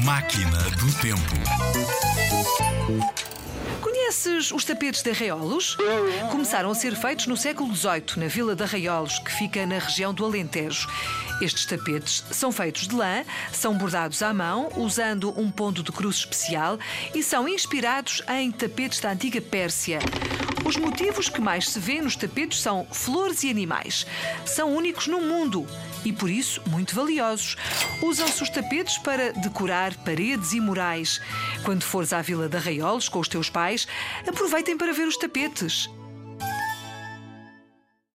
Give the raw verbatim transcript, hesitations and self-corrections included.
Máquina do Tempo. Conheces os tapetes de Arraiolos? Começaram a ser feitos no século dezoito, na vila de Arraiolos, que fica na região do Alentejo. Estes tapetes são feitos de lã, são bordados à mão, usando um ponto de cruz especial e são inspirados em tapetes da antiga Pérsia. Os motivos que mais se vê nos tapetes são flores e animais. São únicos no mundo e, por isso, muito valiosos. Usam-se os tapetes para decorar paredes e murais. Quando fores à vila de Arraiolos com os teus pais, aproveitem para ver os tapetes.